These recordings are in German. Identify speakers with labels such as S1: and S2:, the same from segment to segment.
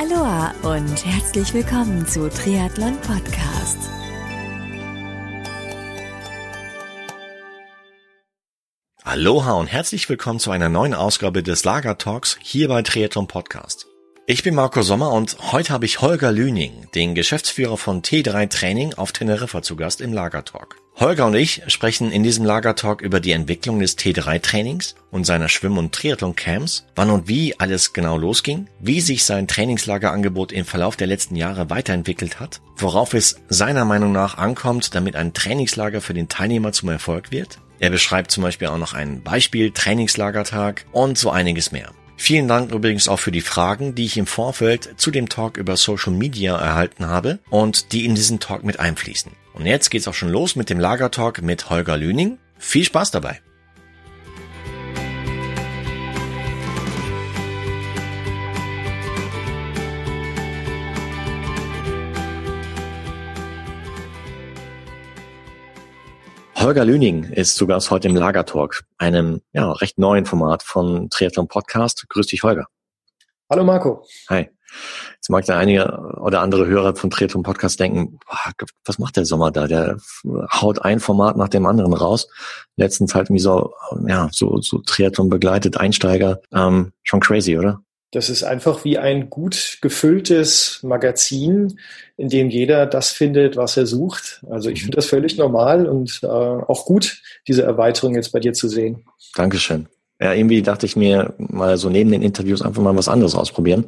S1: Aloha und herzlich willkommen zu Triathlon Podcast.
S2: Aloha und herzlich willkommen zu einer neuen Ausgabe des Lagertalks hier bei Triathlon Podcast. Ich bin Marco Sommer und heute habe ich Holger Lüning, den Geschäftsführer von T3 Training auf Teneriffa zu Gast im Lagertalk. Holger und ich sprechen in diesem Lagertalk über die Entwicklung des T3 Trainings und seiner Schwimm- und Triathlon-Camps, wann und wie alles genau losging, wie sich sein Trainingslagerangebot im Verlauf der letzten Jahre weiterentwickelt hat, worauf es seiner Meinung nach ankommt, damit ein Trainingslager für den Teilnehmer zum Erfolg wird. Er beschreibt zum Beispiel auch noch einen Beispiel-Trainingslagertag und so einiges mehr. Vielen Dank übrigens auch für die Fragen, die ich im Vorfeld zu dem Talk über Social Media erhalten habe und die in diesen Talk mit einfließen. Und jetzt geht's auch schon los mit dem Lagertalk mit Holger Lüning. Viel Spaß dabei! Holger Lüning ist zu Gast heute im Lagertalk, einem recht neuen Format von Triathlon Podcast. Grüß dich, Holger.
S3: Hallo Marco.
S2: Hi. Jetzt mag der einige oder andere Hörer von Triathlon Podcast denken, was macht der Sommer da? Der haut ein Format nach dem anderen raus. Letztens halt irgendwie so Triathlon begleitet, Einsteiger. Schon crazy, oder?
S3: Das ist einfach wie ein gut gefülltes Magazin, in dem jeder das findet, was er sucht. Also ich finde das völlig normal und auch gut, diese Erweiterung jetzt bei dir zu sehen.
S2: Dankeschön. Ja, irgendwie dachte ich mir mal so neben den Interviews einfach mal was anderes ausprobieren,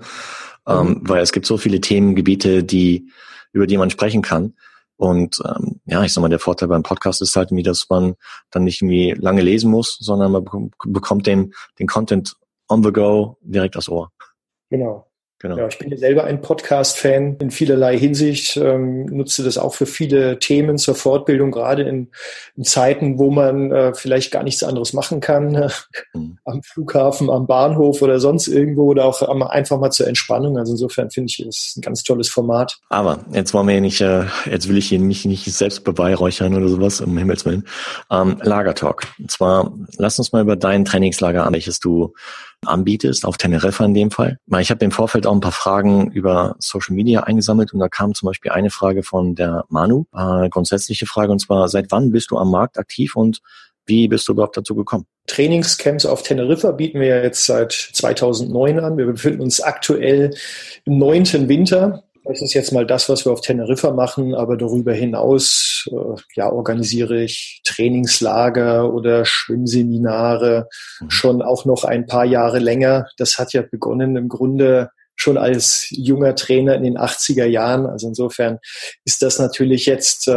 S2: weil es gibt so viele Themengebiete, über die man sprechen kann. Und ich sag mal, der Vorteil beim Podcast ist halt irgendwie, dass man dann nicht irgendwie lange lesen muss, sondern man bekommt den Content on the go direkt aufs Ohr.
S3: Genau. Ja, ich bin ja selber ein Podcast-Fan in vielerlei Hinsicht, nutze das auch für viele Themen zur Fortbildung, gerade in Zeiten, wo man vielleicht gar nichts anderes machen kann, am Flughafen, am Bahnhof oder sonst irgendwo oder auch einfach mal zur Entspannung. Also insofern finde ich, es ein ganz tolles Format.
S2: Aber jetzt wollen wir nicht, jetzt will ich hier mich nicht selbst beweihräuchern oder sowas, um Himmels Willen. Lagertalk. Und zwar, lass uns mal über dein Trainingslager an, welches du anbietest, auf Teneriffa in dem Fall. Ich habe im Vorfeld auch ein paar Fragen über Social Media eingesammelt und da kam zum Beispiel eine Frage von der Manu, grundsätzliche Frage, und zwar, seit wann bist du am Markt aktiv und wie bist du überhaupt dazu gekommen?
S3: Trainingscamps auf Teneriffa bieten wir jetzt seit 2009 an. Wir befinden uns aktuell im 9. Winter. Das ist jetzt mal das, was wir auf Teneriffa machen, aber darüber hinaus organisiere ich Trainingslager oder Schwimmseminare schon auch noch ein paar Jahre länger. Das hat ja begonnen im Grunde schon als junger Trainer in den 80er Jahren. Also insofern ist das natürlich jetzt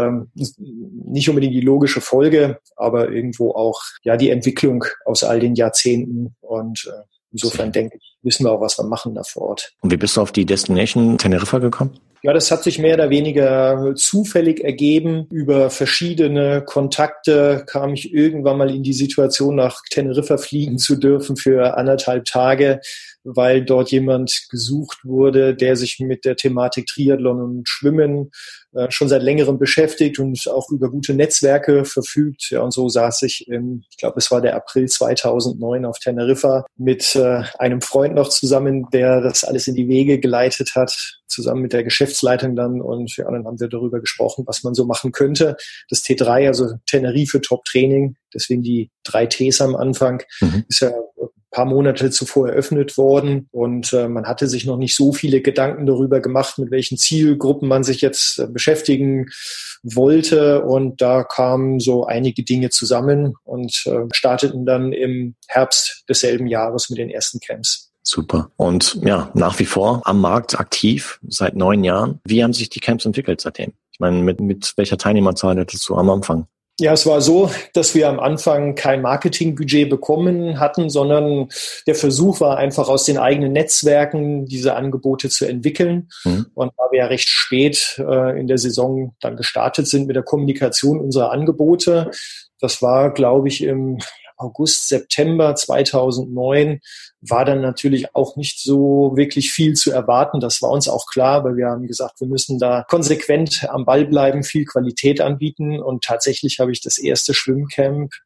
S3: nicht unbedingt die logische Folge, aber irgendwo auch die Entwicklung aus all den Jahrzehnten. Und insofern denke ich, wissen wir auch, was wir machen da vor Ort.
S2: Und wie bist du auf die Destination Teneriffa gekommen?
S3: Ja, das hat sich mehr oder weniger zufällig ergeben. Über verschiedene Kontakte kam ich irgendwann mal in die Situation, nach Teneriffa fliegen zu dürfen für 1,5 Tage, weil dort jemand gesucht wurde, der sich mit der Thematik Triathlon und Schwimmen schon seit längerem beschäftigt und auch über gute Netzwerke verfügt. Ja, und so saß ich ich glaube, es war der April 2009 auf Teneriffa mit einem Freund noch zusammen, der das alles in die Wege geleitet hat, zusammen mit der Geschäftsleitung dann. Und dann haben wir darüber gesprochen, was man so machen könnte. Das T3, also Tenerife Top Training, deswegen die 3 Ts am Anfang, ist ja paar Monate zuvor eröffnet worden und man hatte sich noch nicht so viele Gedanken darüber gemacht, mit welchen Zielgruppen man sich jetzt beschäftigen wollte, und da kamen so einige Dinge zusammen und starteten dann im Herbst desselben Jahres mit den ersten Camps.
S2: Super. Und nach wie vor am Markt aktiv seit 9 Jahren. Wie haben sich die Camps entwickelt seitdem? Ich meine, mit welcher Teilnehmerzahl hattest du am Anfang?
S3: Ja, es war so, dass wir am Anfang kein Marketingbudget bekommen hatten, sondern der Versuch war einfach, aus den eigenen Netzwerken diese Angebote zu entwickeln. Und da wir ja recht spät in der Saison dann gestartet sind mit der Kommunikation unserer Angebote, das war, glaube ich, im August, September 2009, war dann natürlich auch nicht so wirklich viel zu erwarten. Das war uns auch klar, weil wir haben gesagt, wir müssen da konsequent am Ball bleiben, viel Qualität anbieten. Und tatsächlich habe ich das erste Schwimmcamp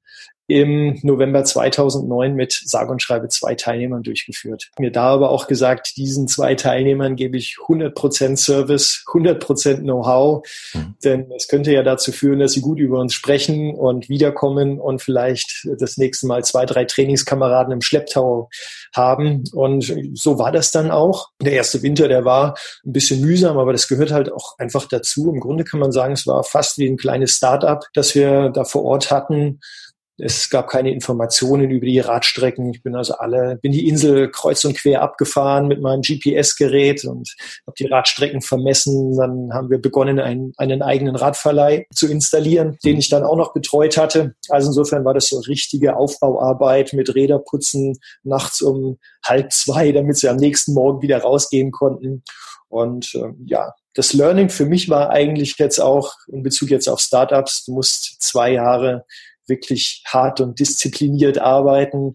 S3: im November 2009 mit sage und schreibe 2 Teilnehmern durchgeführt. Mir da aber auch gesagt, diesen 2 Teilnehmern gebe ich 100% Service, 100% Know-how, denn es könnte ja dazu führen, dass sie gut über uns sprechen und wiederkommen und vielleicht das nächste Mal 2, 3 Trainingskameraden im Schlepptau haben. Und so war das dann auch. Der erste Winter, der war ein bisschen mühsam, aber das gehört halt auch einfach dazu. Im Grunde kann man sagen, es war fast wie ein kleines Start-up, das wir da vor Ort hatten. Es gab keine Informationen über die Radstrecken. Ich bin bin die Insel kreuz und quer abgefahren mit meinem GPS-Gerät und habe die Radstrecken vermessen. Dann haben wir begonnen, einen eigenen Radverleih zu installieren, den ich dann auch noch betreut hatte. Also insofern war das so richtige Aufbauarbeit mit Räderputzen nachts um 1:30, damit sie am nächsten Morgen wieder rausgehen konnten. Und das Learning für mich war eigentlich jetzt auch in Bezug jetzt auf Startups, du musst 2 Jahre wirklich hart und diszipliniert arbeiten,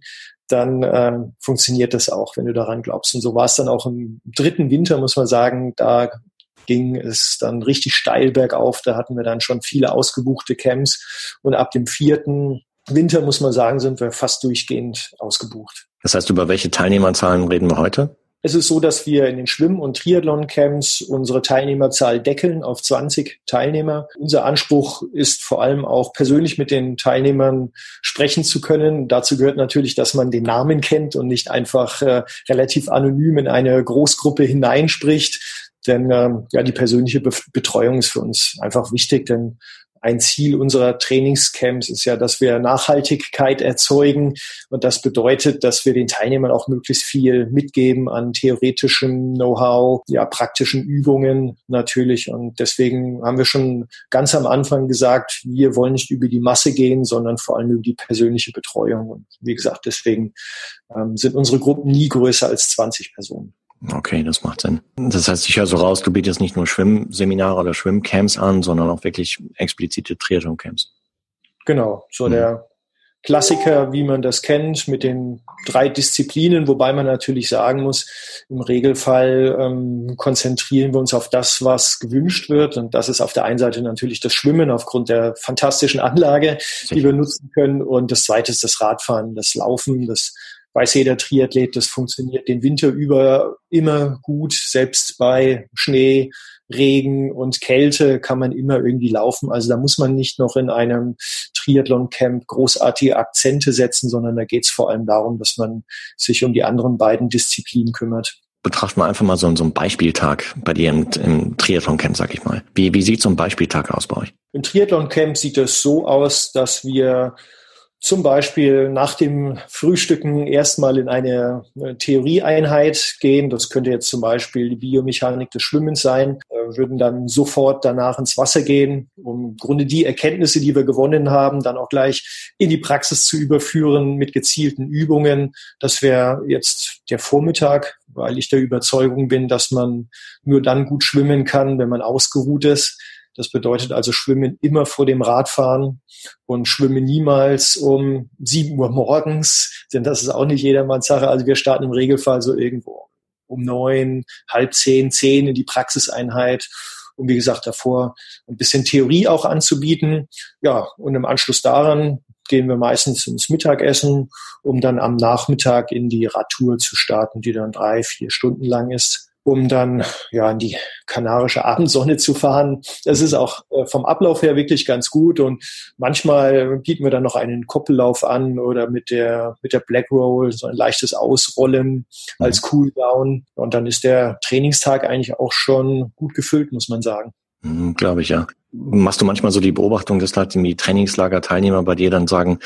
S3: dann funktioniert das auch, wenn du daran glaubst. Und so war es dann auch im 3. Winter, muss man sagen, da ging es dann richtig steil bergauf. Da hatten wir dann schon viele ausgebuchte Camps. Und ab dem 4. Winter, muss man sagen, sind wir fast durchgehend ausgebucht.
S2: Das heißt, über welche Teilnehmerzahlen reden wir heute?
S3: Es ist so, dass wir in den Schwimm- und Triathlon-Camps unsere Teilnehmerzahl deckeln auf 20 Teilnehmer. Unser Anspruch ist vor allem auch persönlich mit den Teilnehmern sprechen zu können. Dazu gehört natürlich, dass man den Namen kennt und nicht einfach relativ anonym in eine Großgruppe hineinspricht. Denn die persönliche Betreuung ist für uns einfach wichtig, denn ein Ziel unserer Trainingscamps ist ja, dass wir Nachhaltigkeit erzeugen. Und das bedeutet, dass wir den Teilnehmern auch möglichst viel mitgeben an theoretischem Know-how, praktischen Übungen natürlich. Und deswegen haben wir schon ganz am Anfang gesagt, wir wollen nicht über die Masse gehen, sondern vor allem über die persönliche Betreuung. Und wie gesagt, deswegen sind unsere Gruppen nie größer als 20 Personen.
S2: Okay, das macht Sinn. Das heißt, ich höre so raus, du bietest nicht nur Schwimmseminare oder Schwimmcamps an, sondern auch wirklich explizite Triathlon-Camps.
S3: Genau, so der Klassiker, wie man das kennt, mit den 3 Disziplinen, wobei man natürlich sagen muss, im Regelfall konzentrieren wir uns auf das, was gewünscht wird. Und das ist auf der einen Seite natürlich das Schwimmen aufgrund der fantastischen Anlage, die wir nutzen können. Und das Zweite ist das Radfahren, das Laufen, das weiß jeder Triathlet, das funktioniert den Winter über immer gut. Selbst bei Schnee, Regen und Kälte kann man immer irgendwie laufen. Also da muss man nicht noch in einem Triathlon-Camp großartige Akzente setzen, sondern da geht es vor allem darum, dass man sich um die anderen beiden Disziplinen kümmert.
S2: Betrachten wir einfach mal so einen Beispieltag bei dir im Triathlon-Camp, sag ich mal. Wie sieht so ein Beispieltag aus bei euch?
S3: Im Triathlon-Camp sieht es so aus, dass wir zum Beispiel nach dem Frühstücken erstmal in eine Theorieeinheit gehen. Das könnte jetzt zum Beispiel die Biomechanik des Schwimmens sein. Wir würden dann sofort danach ins Wasser gehen, um im Grunde die Erkenntnisse, die wir gewonnen haben, dann auch gleich in die Praxis zu überführen mit gezielten Übungen. Das wäre jetzt der Vormittag, weil ich der Überzeugung bin, dass man nur dann gut schwimmen kann, wenn man ausgeruht ist. Das bedeutet also Schwimmen immer vor dem Radfahren und Schwimmen niemals um 7 Uhr morgens, denn das ist auch nicht jedermanns Sache. Also wir starten im Regelfall so irgendwo um 9, halb 10 in die Praxiseinheit, um wie gesagt davor ein bisschen Theorie auch anzubieten. Ja, und im Anschluss daran gehen wir meistens ins Mittagessen, um dann am Nachmittag in die Radtour zu starten, die dann 3-4 Stunden lang ist, um dann in die kanarische Abendsonne zu fahren. Das ist auch vom Ablauf her wirklich ganz gut und manchmal bieten wir dann noch einen Koppellauf an oder mit der Black Roll so ein leichtes Ausrollen als Cooldown und dann ist der Trainingstag eigentlich auch schon gut gefüllt, muss man sagen.
S2: Glaube ich, ja. Machst du manchmal so die Beobachtung, dass halt die Trainingslager-Teilnehmer bei dir dann sagen,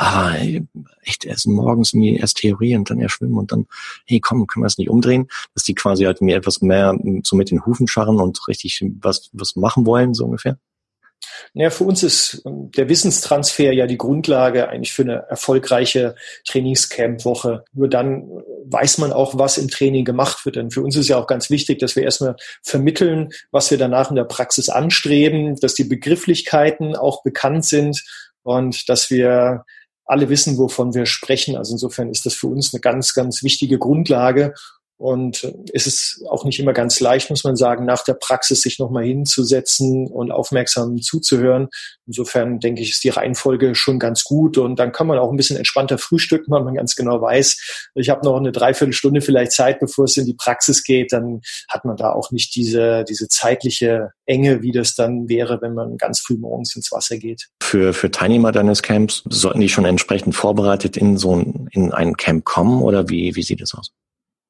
S2: echt erst morgens mir erst Theorie und dann erst schwimmen und dann, hey komm, können wir das nicht umdrehen? Dass die quasi halt mir etwas mehr so mit den Hufen scharren und richtig was machen wollen, so ungefähr?
S3: Ja, für uns ist der Wissenstransfer ja die Grundlage eigentlich für eine erfolgreiche Trainingscamp-Woche. Nur dann weiß man auch, was im Training gemacht wird. Denn für uns ist ja auch ganz wichtig, dass wir erstmal vermitteln, was wir danach in der Praxis anstreben, dass die Begrifflichkeiten auch bekannt sind und dass wir alle wissen, wovon wir sprechen. Also insofern ist das für uns eine ganz, ganz wichtige Grundlage. Und es ist auch nicht immer ganz leicht, muss man sagen, nach der Praxis sich nochmal hinzusetzen und aufmerksam zuzuhören. Insofern denke ich, ist die Reihenfolge schon ganz gut. Und dann kann man auch ein bisschen entspannter frühstücken, weil man ganz genau weiß, ich habe noch eine Dreiviertelstunde vielleicht Zeit, bevor es in die Praxis geht. Dann hat man da auch nicht diese zeitliche Enge, wie das dann wäre, wenn man ganz früh morgens ins Wasser geht.
S2: Für Teilnehmer deines Camps, sollten die schon entsprechend vorbereitet in ein Camp kommen oder wie sieht es aus?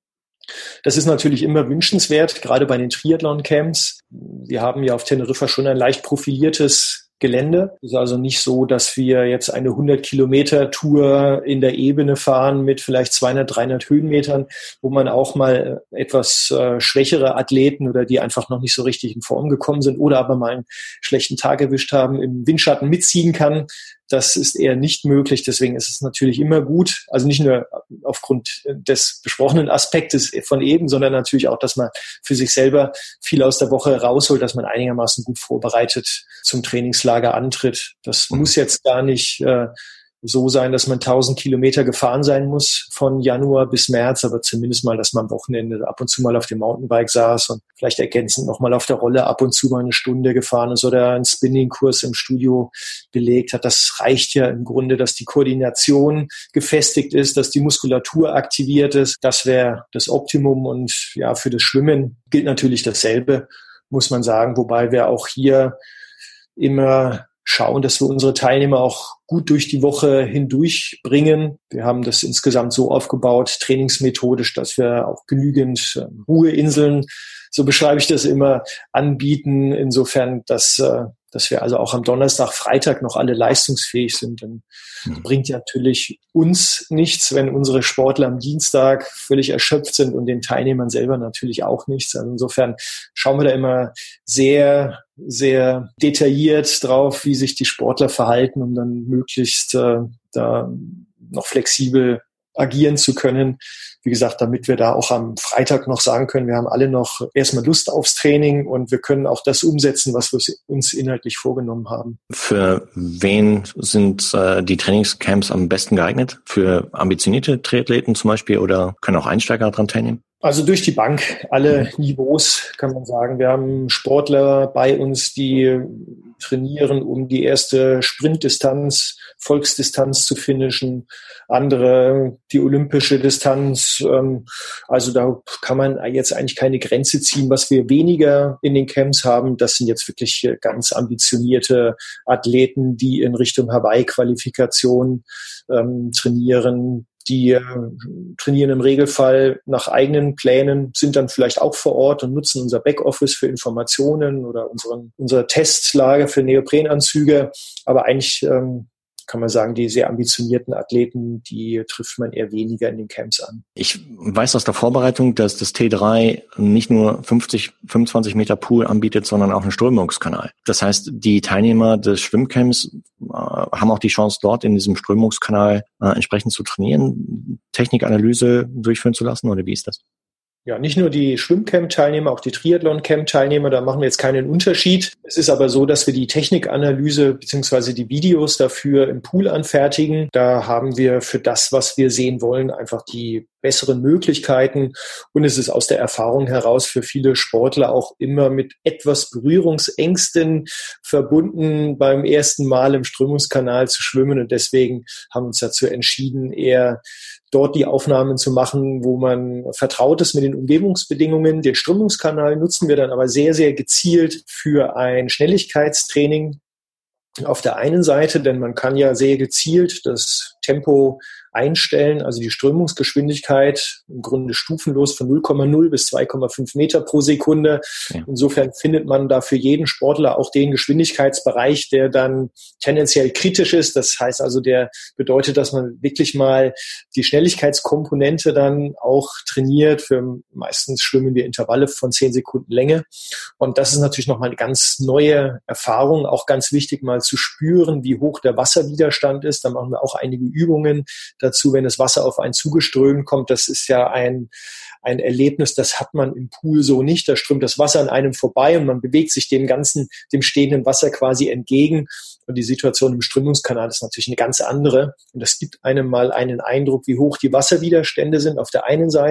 S3: Das ist natürlich immer wünschenswert, gerade bei den Triathlon-Camps. Wir haben ja auf Teneriffa schon ein leicht profiliertes Gelände. Es ist also nicht so, dass wir jetzt eine 100-Kilometer-Tour in der Ebene fahren mit vielleicht 200, 300 Höhenmetern, wo man auch mal etwas schwächere Athleten oder die einfach noch nicht so richtig in Form gekommen sind oder aber mal einen schlechten Tag erwischt haben, im Windschatten mitziehen kann. Das ist eher nicht möglich. Deswegen ist es natürlich immer gut, also nicht nur aufgrund des besprochenen Aspektes von eben, sondern natürlich auch, dass man für sich selber viel aus der Woche rausholt, dass man einigermaßen gut vorbereitet zum Trainingslager antritt. Das muss jetzt gar nicht so sein, dass man 1000 Kilometer gefahren sein muss von Januar bis März, aber zumindest mal, dass man am Wochenende ab und zu mal auf dem Mountainbike saß und vielleicht ergänzend nochmal auf der Rolle ab und zu mal eine Stunde gefahren ist oder einen Spinning-Kurs im Studio belegt hat. Das reicht ja im Grunde, dass die Koordination gefestigt ist, dass die Muskulatur aktiviert ist. Das wäre das Optimum und ja, für das Schwimmen gilt natürlich dasselbe, muss man sagen, wobei wir auch hier immer schauen, dass wir unsere Teilnehmer auch gut durch die Woche hindurch bringen. Wir haben das insgesamt so aufgebaut, trainingsmethodisch, dass wir auch genügend Ruheinseln, so beschreibe ich das immer, anbieten. Insofern, dass wir also auch am Donnerstag, Freitag noch alle leistungsfähig sind. Denn das bringt ja natürlich uns nichts, wenn unsere Sportler am Dienstag völlig erschöpft sind und den Teilnehmern selber natürlich auch nichts. Also insofern schauen wir da immer sehr, sehr detailliert drauf, wie sich die Sportler verhalten, um dann möglichst da noch flexibel agieren zu können. Wie gesagt, damit wir da auch am Freitag noch sagen können, wir haben alle noch erstmal Lust aufs Training und wir können auch das umsetzen, was wir uns inhaltlich vorgenommen haben.
S2: Für wen sind die Trainingscamps am besten geeignet? Für ambitionierte Triathleten zum Beispiel oder können auch Einsteiger daran teilnehmen?
S3: Also durch die Bank, alle Niveaus kann man sagen. Wir haben Sportler bei uns, die trainieren, um die erste Sprintdistanz, Volksdistanz zu finishen. Andere die olympische Distanz. Also da kann man jetzt eigentlich keine Grenze ziehen. Was wir weniger in den Camps haben, das sind jetzt wirklich ganz ambitionierte Athleten, die in Richtung Hawaii-Qualifikation trainieren. Die trainieren im Regelfall nach eigenen Plänen, sind dann vielleicht auch vor Ort und nutzen unser Backoffice für Informationen oder unser Testlager für Neoprenanzüge. Aber eigentlich kann man sagen, die sehr ambitionierten Athleten, die trifft man eher weniger in den Camps an.
S2: Ich weiß aus der Vorbereitung, dass das T3 nicht nur 25 Meter Pool anbietet, sondern auch einen Strömungskanal. Das heißt, die Teilnehmer des Schwimmcamps haben auch die Chance, dort in diesem Strömungskanal entsprechend zu trainieren, Technikanalyse durchführen zu lassen, oder wie ist das?
S3: Ja, nicht nur die Schwimmcamp-Teilnehmer, auch die Triathlon-Camp-Teilnehmer, da machen wir jetzt keinen Unterschied. Es ist aber so, dass wir die Technikanalyse bzw. die Videos dafür im Pool anfertigen. Da haben wir für das, was wir sehen wollen, einfach die besseren Möglichkeiten. Und es ist aus der Erfahrung heraus für viele Sportler auch immer mit etwas Berührungsängsten verbunden, beim ersten Mal im Strömungskanal zu schwimmen. Und deswegen haben wir uns dazu entschieden, eher dort die Aufnahmen zu machen, wo man vertraut ist mit den Umgebungsbedingungen. Den Strömungskanal nutzen wir dann aber sehr, sehr gezielt für ein Schnelligkeitstraining auf der einen Seite, denn man kann ja sehr gezielt das Tempo einstellen, also die Strömungsgeschwindigkeit im Grunde stufenlos von 0,0 bis 2,5 Meter pro Sekunde. Ja. Insofern findet man da für jeden Sportler auch den Geschwindigkeitsbereich, der dann tendenziell kritisch ist. Das heißt also, der bedeutet, dass man wirklich mal die Schnelligkeitskomponente dann auch trainiert. Meistens schwimmen wir Intervalle von 10 Sekunden Länge. Und das ist natürlich nochmal eine ganz neue Erfahrung, auch ganz wichtig mal zu spüren, wie hoch der Wasserwiderstand ist. Da machen wir auch einige Übungen dazu, wenn das Wasser auf einen zugeströmt kommt. Das ist ja ein Erlebnis, das hat man im Pool so nicht. Da strömt das Wasser an einem vorbei und man bewegt sich dem stehenden Wasser quasi entgegen. Und die Situation im Strömungskanal ist natürlich eine ganz andere. Und das gibt einem mal einen Eindruck, wie hoch die Wasserwiderstände sind auf der einen Seite.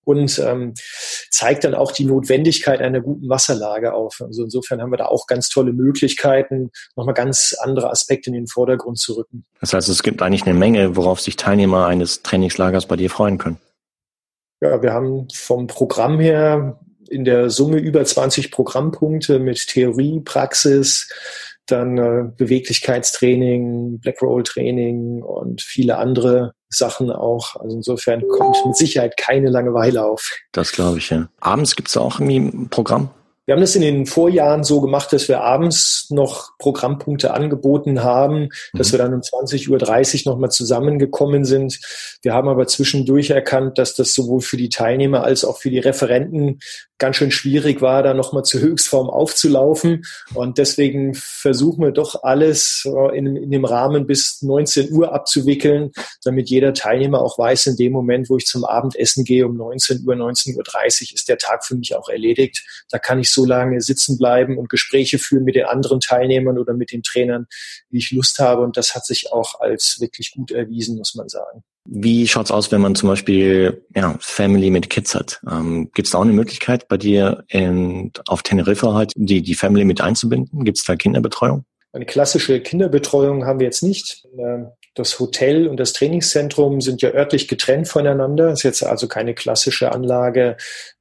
S3: und zeigt dann auch die Notwendigkeit einer guten Wasserlage auf. Also insofern haben wir da auch ganz tolle Möglichkeiten, nochmal ganz andere Aspekte in den Vordergrund zu rücken.
S2: Das heißt, es gibt eigentlich eine Menge, worauf sich Teilnehmer eines Trainingslagers bei dir freuen können.
S3: Ja, wir haben vom Programm her in der Summe über 20 Programmpunkte mit Theorie, Praxis, dann Beweglichkeitstraining, Blackroll-Training und viele andere Sachen auch. Also insofern kommt mit Sicherheit keine Langeweile auf.
S2: Das glaube ich, ja. Abends gibt es auch irgendwie ein Programm?
S3: Wir haben das in den Vorjahren so gemacht, dass wir abends noch Programmpunkte angeboten haben, dass wir dann um 20:30 Uhr nochmal zusammengekommen sind. Wir haben aber zwischendurch erkannt, dass das sowohl für die Teilnehmer als auch für die Referenten ganz schön schwierig war, da nochmal zur Höchstform aufzulaufen. Und deswegen versuchen wir doch alles in dem Rahmen bis 19 Uhr abzuwickeln, damit jeder Teilnehmer auch weiß, in dem Moment, wo ich zum Abendessen gehe, um 19 Uhr, 19:30 Uhr, ist der Tag für mich auch erledigt. Da kann ich so lange sitzen bleiben und Gespräche führen mit den anderen Teilnehmern oder mit den Trainern, wie ich Lust habe. Und das hat sich auch als wirklich gut erwiesen, muss man sagen.
S2: Wie schaut's aus, wenn man zum Beispiel Family mit Kids hat? Gibt's da auch eine Möglichkeit bei dir auf Teneriffa halt die Family mit einzubinden? Gibt's da Kinderbetreuung?
S3: Eine klassische Kinderbetreuung haben wir jetzt nicht. Das Hotel und das Trainingszentrum sind ja örtlich getrennt voneinander. Das ist jetzt also keine klassische Anlage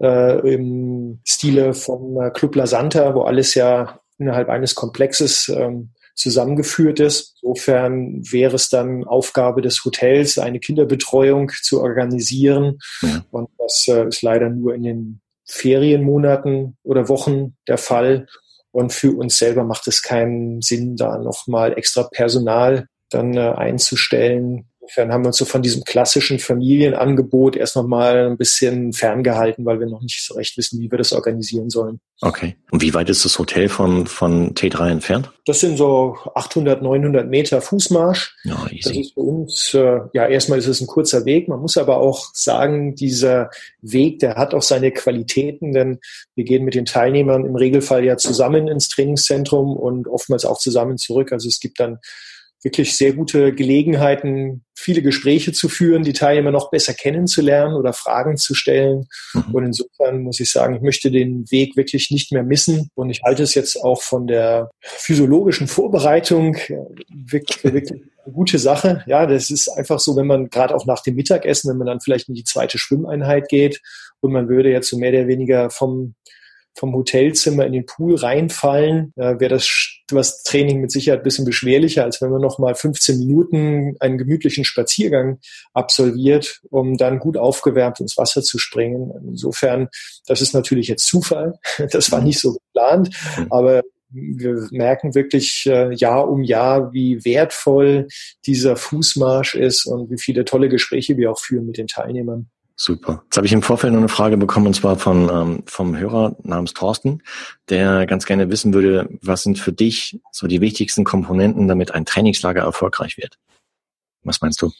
S3: im Stile vom Club La Santa, wo alles ja innerhalb eines Komplexes zusammengeführt ist. Insofern wäre es dann Aufgabe des Hotels, eine Kinderbetreuung zu organisieren. Ja. Und das ist leider nur in den Ferienmonaten oder Wochen der Fall. Und für uns selber macht es keinen Sinn, da nochmal extra Personal dann einzustellen. Insofern haben wir uns so von diesem klassischen Familienangebot erst nochmal ein bisschen ferngehalten, weil wir noch nicht so recht wissen, wie wir das organisieren sollen.
S2: Okay. Und wie weit ist das Hotel von T3 entfernt?
S3: Das sind so 800, 900 Meter Fußmarsch.
S2: Ja, easy.
S3: Das ist für uns, erstmal ist es ein kurzer Weg. Man muss aber auch sagen, dieser Weg, der hat auch seine Qualitäten, denn wir gehen mit den Teilnehmern im Regelfall ja zusammen ins Trainingszentrum und oftmals auch zusammen zurück. Also es gibt dann wirklich sehr gute Gelegenheiten, viele Gespräche zu führen, die Teilnehmer noch besser kennenzulernen oder Fragen zu stellen. Und insofern muss ich sagen, ich möchte den Weg wirklich nicht mehr missen. Und ich halte es jetzt auch von der physiologischen Vorbereitung wirklich eine gute Sache. Ja, das ist einfach so, wenn man gerade auch nach dem Mittagessen, wenn man dann vielleicht in die zweite Schwimmeinheit geht und man würde jetzt so mehr oder weniger vom Hotelzimmer in den Pool reinfallen, wäre das Training mit Sicherheit ein bisschen beschwerlicher, als wenn man noch mal 15 Minuten einen gemütlichen Spaziergang absolviert, um dann gut aufgewärmt ins Wasser zu springen. Insofern, das ist natürlich jetzt Zufall. Das war nicht so geplant, aber wir merken wirklich Jahr um Jahr, wie wertvoll dieser Fußmarsch ist und wie viele tolle Gespräche wir auch führen mit den Teilnehmern.
S2: Super. Jetzt habe ich im Vorfeld noch eine Frage bekommen, und zwar vom Hörer namens Thorsten, der ganz gerne wissen würde, was sind für dich so die wichtigsten Komponenten, damit ein Trainingslager erfolgreich wird? Was meinst du?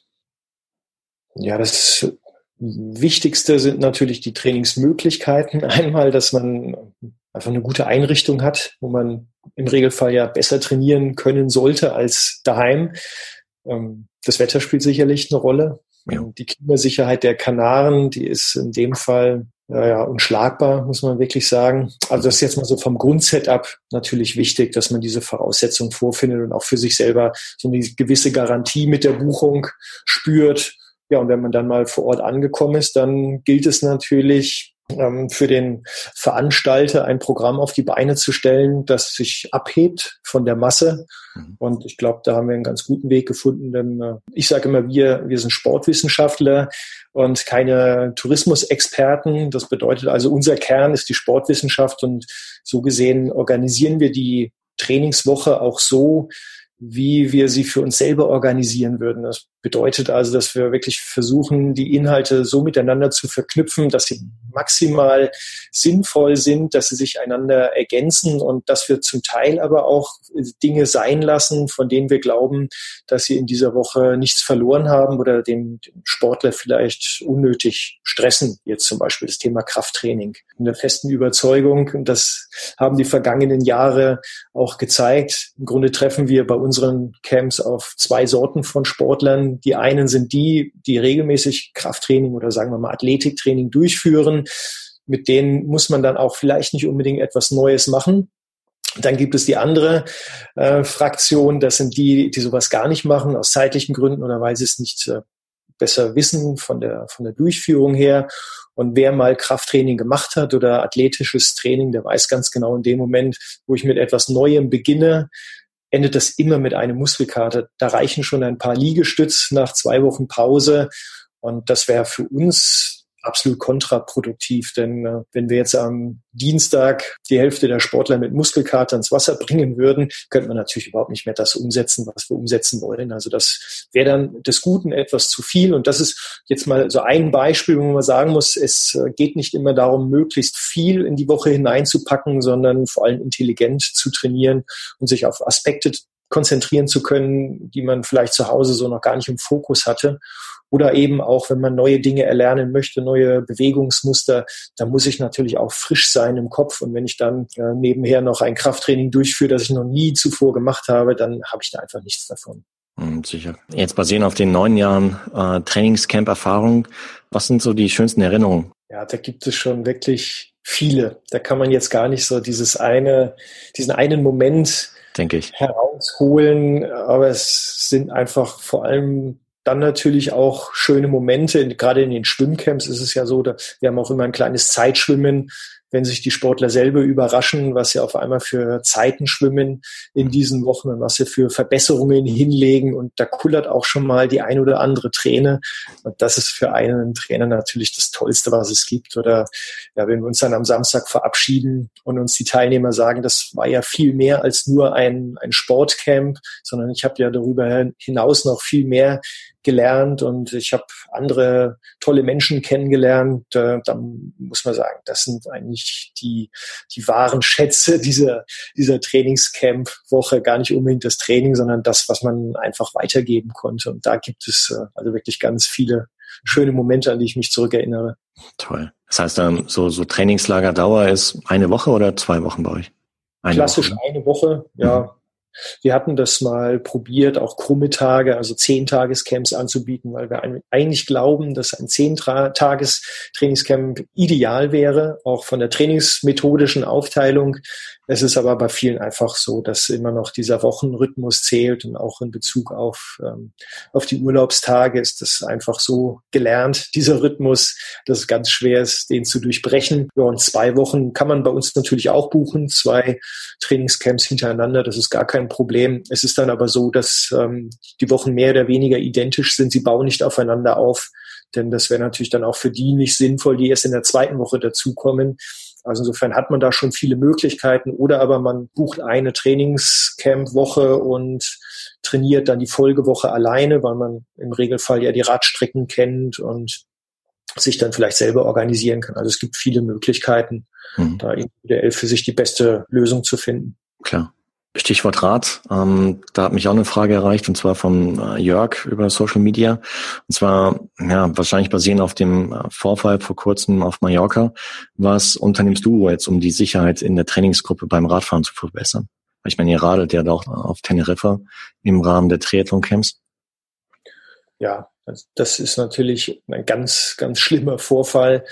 S3: Ja, das Wichtigste sind natürlich die Trainingsmöglichkeiten. Einmal, dass man einfach eine gute Einrichtung hat, wo man im Regelfall ja besser trainieren können sollte als daheim. Das Wetter spielt sicherlich eine Rolle. Ja. Die Klimasicherheit der Kanaren, die ist in dem Fall unschlagbar, muss man wirklich sagen. Also das ist jetzt mal so vom Grundsetup natürlich wichtig, dass man diese Voraussetzungen vorfindet und auch für sich selber so eine gewisse Garantie mit der Buchung spürt. Ja, und wenn man dann mal vor Ort angekommen ist, dann gilt es natürlich, für den Veranstalter ein Programm auf die Beine zu stellen, das sich abhebt von der Masse. Und ich glaube, da haben wir einen ganz guten Weg gefunden, denn ich sage immer, wir sind Sportwissenschaftler und keine Tourismusexperten. Das bedeutet also, unser Kern ist die Sportwissenschaft und so gesehen organisieren wir die Trainingswoche auch so, wie wir sie für uns selber organisieren würden. Das bedeutet also, dass wir wirklich versuchen, die Inhalte so miteinander zu verknüpfen, dass sie maximal sinnvoll sind, dass sie sich einander ergänzen und dass wir zum Teil aber auch Dinge sein lassen, von denen wir glauben, dass sie in dieser Woche nichts verloren haben oder den Sportler vielleicht unnötig stressen. Jetzt zum Beispiel das Thema Krafttraining. In der festen Überzeugung, und das haben die vergangenen Jahre auch gezeigt, im Grunde treffen wir bei unseren Camps auf zwei Sorten von Sportlern. Die einen sind die regelmäßig Krafttraining oder sagen wir mal Athletiktraining durchführen. Mit denen muss man dann auch vielleicht nicht unbedingt etwas Neues machen. Dann gibt es die andere Fraktion, das sind die sowas gar nicht machen, aus zeitlichen Gründen oder weil sie es nicht besser wissen von der Durchführung her. Und wer mal Krafttraining gemacht hat oder athletisches Training, der weiß ganz genau, in dem Moment, wo ich mit etwas Neuem beginne, endet das immer mit einem Muskelkater. Da reichen schon ein paar Liegestütz nach 2 Wochen Pause. Und das wäre für uns absolut kontraproduktiv, denn wenn wir jetzt am Dienstag die Hälfte der Sportler mit Muskelkater ins Wasser bringen würden, könnte man natürlich überhaupt nicht mehr das umsetzen, was wir umsetzen wollen. Also das wäre dann des Guten etwas zu viel. Und das ist jetzt mal so ein Beispiel, wo man sagen muss, es geht nicht immer darum, möglichst viel in die Woche hineinzupacken, sondern vor allem intelligent zu trainieren und sich auf Aspekte konzentrieren zu können, die man vielleicht zu Hause so noch gar nicht im Fokus hatte. Oder eben auch, wenn man neue Dinge erlernen möchte, neue Bewegungsmuster, da muss ich natürlich auch frisch sein im Kopf. Und wenn ich dann nebenher noch ein Krafttraining durchführe, das ich noch nie zuvor gemacht habe, dann habe ich da einfach nichts davon.
S2: Sicher. Jetzt basierend auf den 9 Jahren Trainingscamp-Erfahrung, was sind so die schönsten Erinnerungen?
S3: Ja, da gibt es schon wirklich viele. Da kann man jetzt gar nicht so diesen einen Moment, denke ich, herausholen. Aber es sind einfach vor allem dann natürlich auch schöne Momente. Gerade in den Schwimmcamps ist es ja so, wir haben auch immer ein kleines Zeitschwimmen, wenn sich die Sportler selber überraschen, was sie auf einmal für Zeiten schwimmen in diesen Wochen und was sie für Verbesserungen hinlegen. Und da kullert auch schon mal die ein oder andere Träne. Und das ist für einen Trainer natürlich das Tollste, was es gibt. Oder ja, wenn wir uns dann am Samstag verabschieden und uns die Teilnehmer sagen, das war ja viel mehr als nur ein Sportcamp, sondern ich habe ja darüber hinaus noch viel mehr gelernt und ich habe andere tolle Menschen kennengelernt. Dann muss man sagen, das sind eigentlich die wahren Schätze dieser Trainingscamp-Woche. Gar nicht unbedingt das Training, sondern das, was man einfach weitergeben konnte. Und da gibt es also wirklich ganz viele schöne Momente, an die ich mich zurückerinnere.
S2: Toll. Das heißt, so Trainingslagerdauer ist 1 Woche oder 2 Wochen bei euch?
S3: Klassisch 1 Woche, ja. Wir hatten das mal probiert, auch krumme Tage, also 10-Tages-Camps anzubieten, weil wir eigentlich glauben, dass ein 10-Tages-Trainingscamp ideal wäre, auch von der trainingsmethodischen Aufteilung. Es ist aber bei vielen einfach so, dass immer noch dieser Wochenrhythmus zählt und auch in Bezug auf die Urlaubstage ist das einfach so gelernt, dieser Rhythmus, dass es ganz schwer ist, den zu durchbrechen. Ja, und 2 Wochen kann man bei uns natürlich auch buchen, 2 Trainingscamps hintereinander, das ist gar kein Problem. Es ist dann aber so, dass die Wochen mehr oder weniger identisch sind. Sie bauen nicht aufeinander auf, denn das wäre natürlich dann auch für die nicht sinnvoll, die erst in der 2. Woche dazukommen. Also insofern hat man da schon viele Möglichkeiten. Oder aber man bucht eine Trainingscamp-Woche und trainiert dann die Folgewoche alleine, weil man im Regelfall ja die Radstrecken kennt und sich dann vielleicht selber organisieren kann. Also es gibt viele Möglichkeiten, da individuell für sich die beste Lösung zu finden.
S2: Klar. Stichwort Rad, da hat mich auch eine Frage erreicht, und zwar von Jörg über Social Media. Und zwar, ja, wahrscheinlich basierend auf dem Vorfall vor kurzem auf Mallorca. Was unternimmst du jetzt, um die Sicherheit in der Trainingsgruppe beim Radfahren zu verbessern? Ich meine, ihr radelt ja doch auf Teneriffa im Rahmen der Triathlon-Camps.
S3: Ja, das ist natürlich ein ganz, ganz schlimmer Vorfall,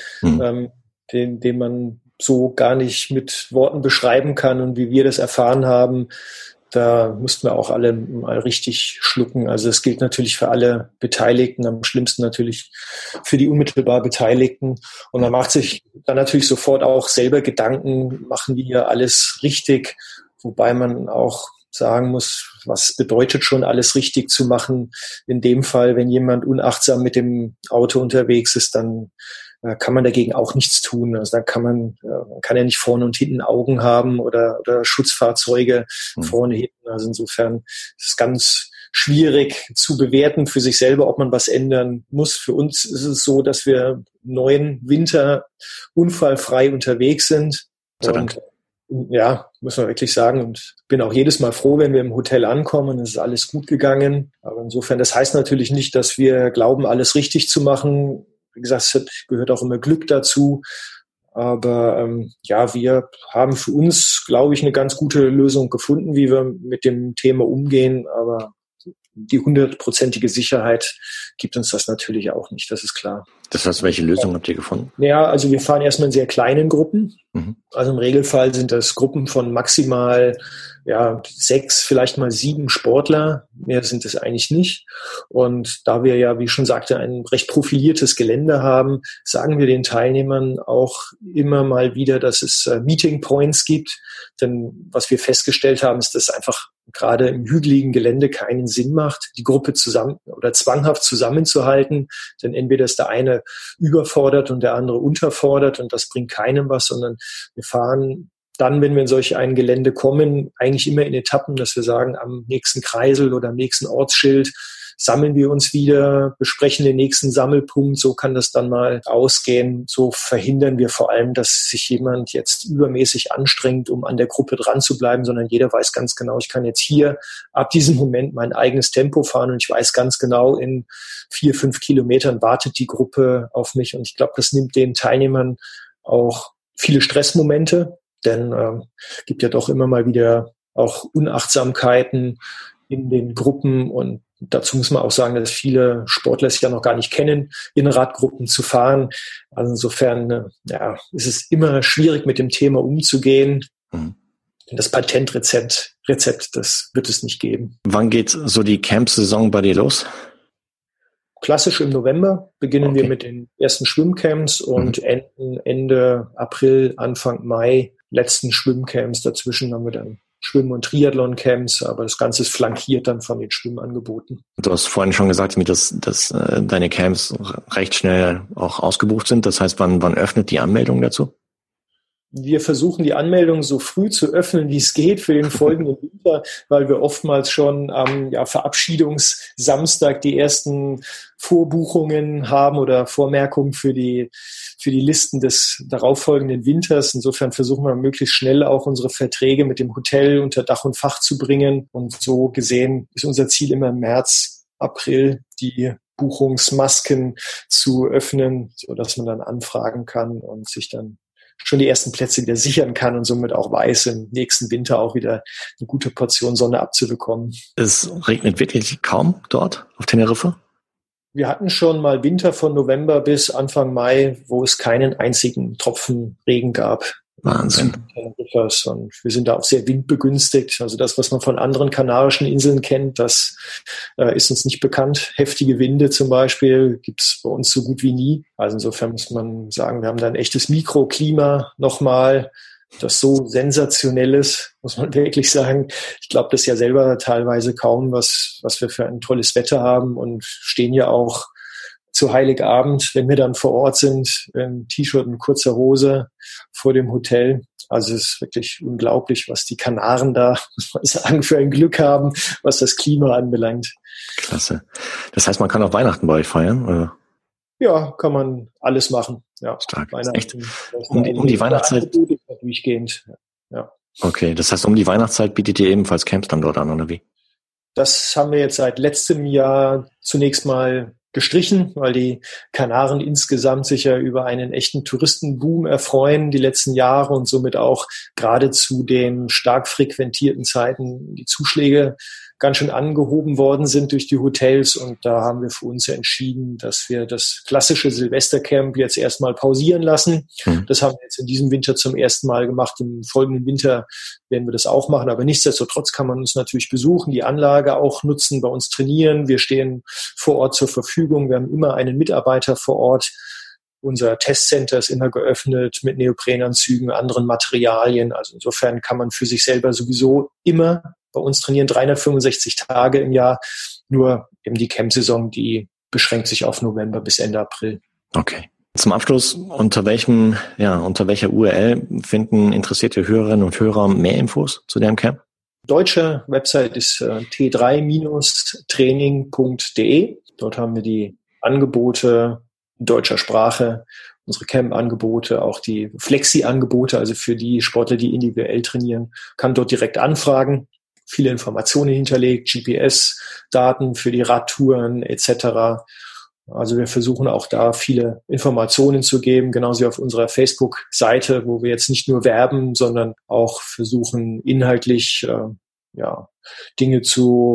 S3: den man so gar nicht mit Worten beschreiben kann. Und wie wir das erfahren haben, da mussten wir auch alle mal richtig schlucken. Also es gilt natürlich für alle Beteiligten, am schlimmsten natürlich für die unmittelbar Beteiligten. Und man macht sich dann natürlich sofort auch selber Gedanken, machen die hier alles richtig? Wobei man auch sagen muss, was bedeutet schon alles richtig zu machen? In dem Fall, wenn jemand unachtsam mit dem Auto unterwegs ist, dann kann man dagegen auch nichts tun. Also da man kann ja nicht vorne und hinten Augen haben oder Schutzfahrzeuge vorne, hinten. Also insofern ist es ganz schwierig zu bewerten für sich selber, ob man was ändern muss. Für uns ist es so, dass wir 9 Winter unfallfrei unterwegs sind. Und ja, muss man wirklich sagen. Und bin auch jedes Mal froh, wenn wir im Hotel ankommen. Es ist alles gut gegangen. Aber insofern, das heißt natürlich nicht, dass wir glauben, alles richtig zu machen. Wie gesagt, es gehört auch immer Glück dazu. Aber ja, wir haben für uns, glaube ich, eine ganz gute Lösung gefunden, wie wir mit dem Thema umgehen. Aber die 100%ige Sicherheit gibt uns das natürlich auch nicht, das ist klar.
S2: Das heißt, welche Lösung habt ihr gefunden?
S3: Ja, also wir fahren erstmal in sehr kleinen Gruppen. Also im Regelfall sind das Gruppen von maximal 6, vielleicht mal 7 Sportler. Mehr sind es eigentlich nicht. Und da wir ja, wie ich schon sagte, ein recht profiliertes Gelände haben, sagen wir den Teilnehmern auch immer mal wieder, dass es Meeting Points gibt. Denn was wir festgestellt haben, ist, dass einfach gerade im hügeligen Gelände keinen Sinn macht, die Gruppe zusammen oder zwanghaft zusammenzuhalten. Denn entweder ist der eine überfordert und der andere unterfordert und das bringt keinem was, sondern wir fahren dann, wenn wir in solch ein Gelände kommen, eigentlich immer in Etappen, dass wir sagen, am nächsten Kreisel oder am nächsten Ortsschild sammeln wir uns wieder, besprechen den nächsten Sammelpunkt, so kann das dann mal ausgehen. So verhindern wir vor allem, dass sich jemand jetzt übermäßig anstrengt, um an der Gruppe dran zu bleiben, sondern jeder weiß ganz genau, ich kann jetzt hier ab diesem Moment mein eigenes Tempo fahren und ich weiß ganz genau, in 4, 5 Kilometern wartet die Gruppe auf mich und ich glaube, das nimmt den Teilnehmern auch viele Stressmomente, denn gibt ja doch immer mal wieder auch Unachtsamkeiten in den Gruppen und dazu muss man auch sagen, dass viele Sportler sich ja noch gar nicht kennen, in Radgruppen zu fahren. Also insofern ist es immer schwierig, mit dem Thema umzugehen. Das Patentrezept, das wird es nicht geben.
S2: Wann geht so die Camp-Saison bei dir los?
S3: Klassisch im November beginnen wir mit den ersten Schwimmcamps und enden Ende April, Anfang Mai letzten Schwimmcamps. Dazwischen haben wir dann Schwimm- und Triathlon-Camps, aber das Ganze ist flankiert dann von den Schwimmangeboten. Du hast vorhin schon gesagt, dass deine Camps recht schnell auch ausgebucht sind. Das heißt, wann öffnet die Anmeldung dazu? Wir versuchen die Anmeldung so früh zu öffnen, wie es geht für den folgenden Winter, weil wir oftmals schon am Verabschiedungssamstag die ersten Vorbuchungen haben oder Vormerkungen für die Listen des darauffolgenden Winters. Insofern versuchen wir möglichst schnell auch unsere Verträge mit dem Hotel unter Dach und Fach zu bringen. Und so gesehen ist unser Ziel immer im März, April die Buchungsmasken zu öffnen, sodass man dann anfragen kann und sich dann schon die ersten Plätze wieder sichern kann und somit auch weiß, im nächsten Winter auch wieder eine gute Portion Sonne abzubekommen. Es regnet wirklich kaum dort auf Teneriffa? Wir hatten schon mal Winter von November bis Anfang Mai, wo es keinen einzigen Tropfen Regen gab. Wahnsinn. Und wir sind da auch sehr windbegünstigt. Also das, was man von anderen kanarischen Inseln kennt, das ist uns nicht bekannt. Heftige Winde zum Beispiel gibt es bei uns so gut wie nie. Also insofern muss man sagen, wir haben da ein echtes Mikroklima nochmal, das so sensationell ist, muss man wirklich sagen. Ich glaube das ja selber teilweise kaum, was wir für ein tolles Wetter haben und stehen ja auch zu Heiligabend, wenn wir dann vor Ort sind, im T-Shirt und kurzer Hose vor dem Hotel. Also es ist wirklich unglaublich, was die Kanaren da, muss man sagen, für ein Glück haben, was das Klima anbelangt. Klasse. Das heißt, man kann auch Weihnachten bei euch feiern, oder? Ja, kann man alles machen. Ja, stark. Echt? Um die Weihnachtszeit? Durchgehend. Ja. Okay, das heißt, um die Weihnachtszeit bietet ihr ebenfalls Camps dann dort an, oder wie? Das haben wir jetzt seit letztem Jahr zunächst mal gestrichen, weil die Kanaren insgesamt sich ja über einen echten Touristenboom erfreuen die letzten Jahre und somit auch gerade zu den stark frequentierten Zeiten die Zuschläge ganz schön angehoben worden sind durch die Hotels. Und da haben wir für uns entschieden, dass wir das klassische Silvestercamp jetzt erstmal pausieren lassen. Das haben wir jetzt in diesem Winter zum ersten Mal gemacht. Im folgenden Winter werden wir das auch machen. Aber nichtsdestotrotz kann man uns natürlich besuchen, die Anlage auch nutzen, bei uns trainieren. Wir stehen vor Ort zur Verfügung. Wir haben immer einen Mitarbeiter vor Ort. Unser Testcenter ist immer geöffnet mit Neoprenanzügen, anderen Materialien. Also insofern kann man für sich selber sowieso immer bei uns trainieren, 365 Tage im Jahr. Nur eben die Camp-Saison, die beschränkt sich auf November bis Ende April. Okay. Zum Abschluss, unter welcher URL finden interessierte Hörerinnen und Hörer mehr Infos zu dem Camp? Deutsche Website ist t3-training.de. Dort haben wir die Angebote in deutscher Sprache, unsere Camp-Angebote, auch die Flexi-Angebote, also für die Sportler, die individuell trainieren, kann dort direkt anfragen. Viele Informationen hinterlegt, GPS-Daten für die Radtouren etc. Also wir versuchen auch da viele Informationen zu geben, genauso wie auf unserer Facebook-Seite, wo wir jetzt nicht nur werben, sondern auch versuchen inhaltlich Dinge zu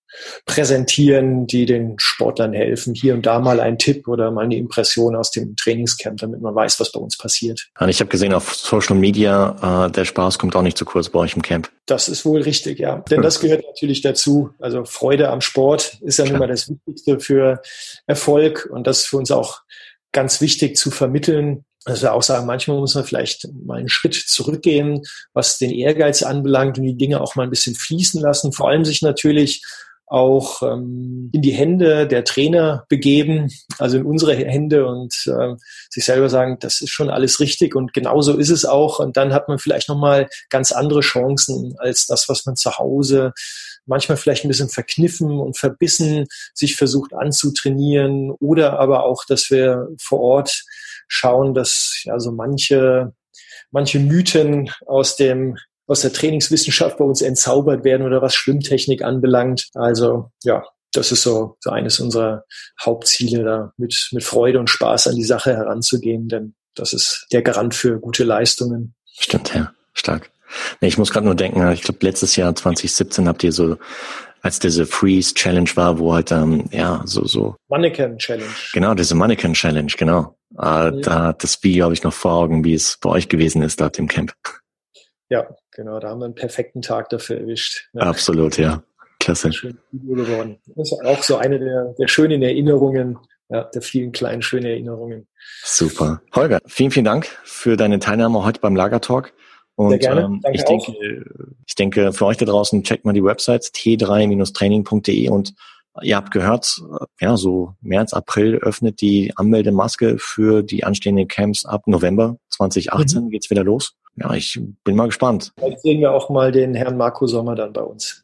S3: präsentieren, die den Sportlern helfen. Hier und da mal ein Tipp oder mal eine Impression aus dem Trainingscamp, damit man weiß, was bei uns passiert.
S2: Und ich habe gesehen auf Social Media, der Spaß kommt auch nicht zu kurz bei euch im Camp.
S3: Das ist wohl richtig, ja. Denn das gehört natürlich dazu. Also Freude am Sport ist ja nun mal das Wichtigste für Erfolg und das ist für uns auch ganz wichtig zu vermitteln. Also wir auch sagen, manchmal muss man vielleicht mal einen Schritt zurückgehen, was den Ehrgeiz anbelangt und die Dinge auch mal ein bisschen fließen lassen. Vor allem sich natürlich auch in die Hände der Trainer begeben, also in unsere Hände und sich selber sagen, das ist schon alles richtig und genauso ist es auch. Und dann hat man vielleicht nochmal ganz andere Chancen als das, was man zu Hause manchmal vielleicht ein bisschen verkniffen und verbissen sich versucht anzutrainieren oder aber auch, dass wir vor Ort schauen, dass ja so manche Mythen aus der Trainingswissenschaft bei uns entzaubert werden oder was Schwimmtechnik anbelangt. Also ja, das ist so eines unserer Hauptziele, da mit Freude und Spaß an die Sache heranzugehen, denn das ist der Garant für gute Leistungen.
S2: Stimmt, ja, stark. Nee, ich muss gerade nur denken, ich glaube letztes Jahr 2017 habt ihr so, als diese Freeze Challenge war, wo halt so
S3: Mannequin Challenge.
S2: Genau, diese Mannequin Challenge, genau. Da das Video habe ich noch vor Augen, wie es bei euch gewesen ist da im Camp.
S3: Ja, genau, da haben wir einen perfekten Tag dafür erwischt. Ja.
S2: Absolut, ja. Klasse.
S3: Schön Video geworden. Das ist auch so eine der schönen Erinnerungen, ja, der vielen kleinen schönen Erinnerungen.
S2: Super. Holger, vielen, vielen Dank für deine Teilnahme heute beim Lagertalk. Und
S3: sehr gerne. Danke
S2: ich denke, für euch da draußen, checkt mal die Website t3-training.de und ihr habt gehört, ja, so März, April öffnet die Anmeldemaske für die anstehenden Camps ab November 2018 geht's wieder los. Ja, ich bin mal gespannt.
S3: Vielleicht sehen wir auch mal den Herrn Marco Sommer dann bei uns.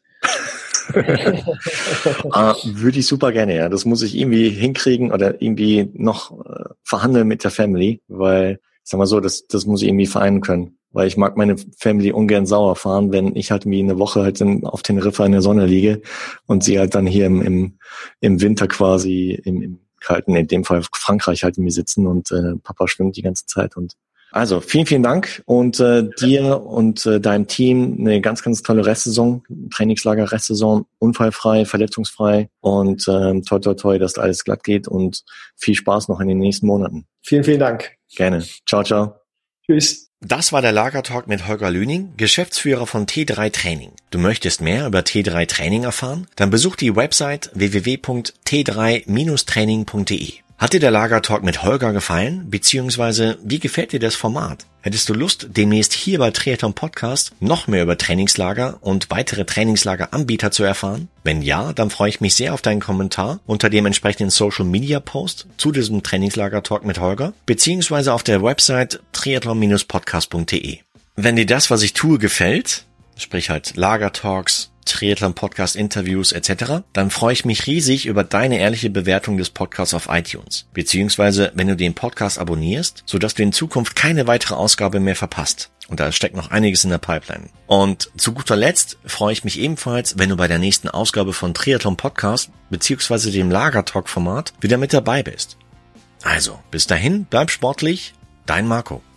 S2: Würde ich super gerne, ja. Das muss ich irgendwie hinkriegen oder irgendwie noch verhandeln mit der Family, weil, sag mal so, das muss ich irgendwie vereinen können. Weil ich mag meine Family ungern sauer fahren, wenn ich halt wie eine Woche halt auf Teneriffa in der Sonne liege und sie halt dann hier im Winter quasi im kalten, in dem Fall Frankreich halt in mir sitzen und Papa schwimmt die ganze Zeit. Und also vielen, vielen Dank und dir und deinem Team eine ganz, ganz tolle Restsaison, Trainingslager-Restsaison, unfallfrei, verletzungsfrei und toi, toi, toi, dass alles glatt geht und viel Spaß noch in den nächsten Monaten.
S3: Vielen, vielen Dank.
S2: Gerne. Ciao, ciao.
S3: Tschüss.
S2: Das war der Lagertalk mit Holger Lüning, Geschäftsführer von T3 Training. Du möchtest mehr über T3 Training erfahren? Dann besuch die Website www.t3-training.de. Hat dir der Lagertalk mit Holger gefallen? Beziehungsweise, wie gefällt dir das Format? Hättest du Lust, demnächst hier bei Triathlon Podcast noch mehr über Trainingslager und weitere Trainingslageranbieter zu erfahren? Wenn ja, dann freue ich mich sehr auf deinen Kommentar unter dem entsprechenden Social Media Post zu diesem Trainingslager-Talk mit Holger, beziehungsweise auf der Website triathlon-podcast.de. Wenn dir das, was ich tue, gefällt, sprich halt Lagertalks, Triathlon-Podcast-Interviews etc., dann freue ich mich riesig über deine ehrliche Bewertung des Podcasts auf iTunes. Beziehungsweise, wenn du den Podcast abonnierst, sodass du in Zukunft keine weitere Ausgabe mehr verpasst. Und da steckt noch einiges in der Pipeline. Und zu guter Letzt freue ich mich ebenfalls, wenn du bei der nächsten Ausgabe von Triathlon Podcast beziehungsweise dem Lagertalk-Format wieder mit dabei bist. Also, bis dahin, bleib sportlich, dein Marco.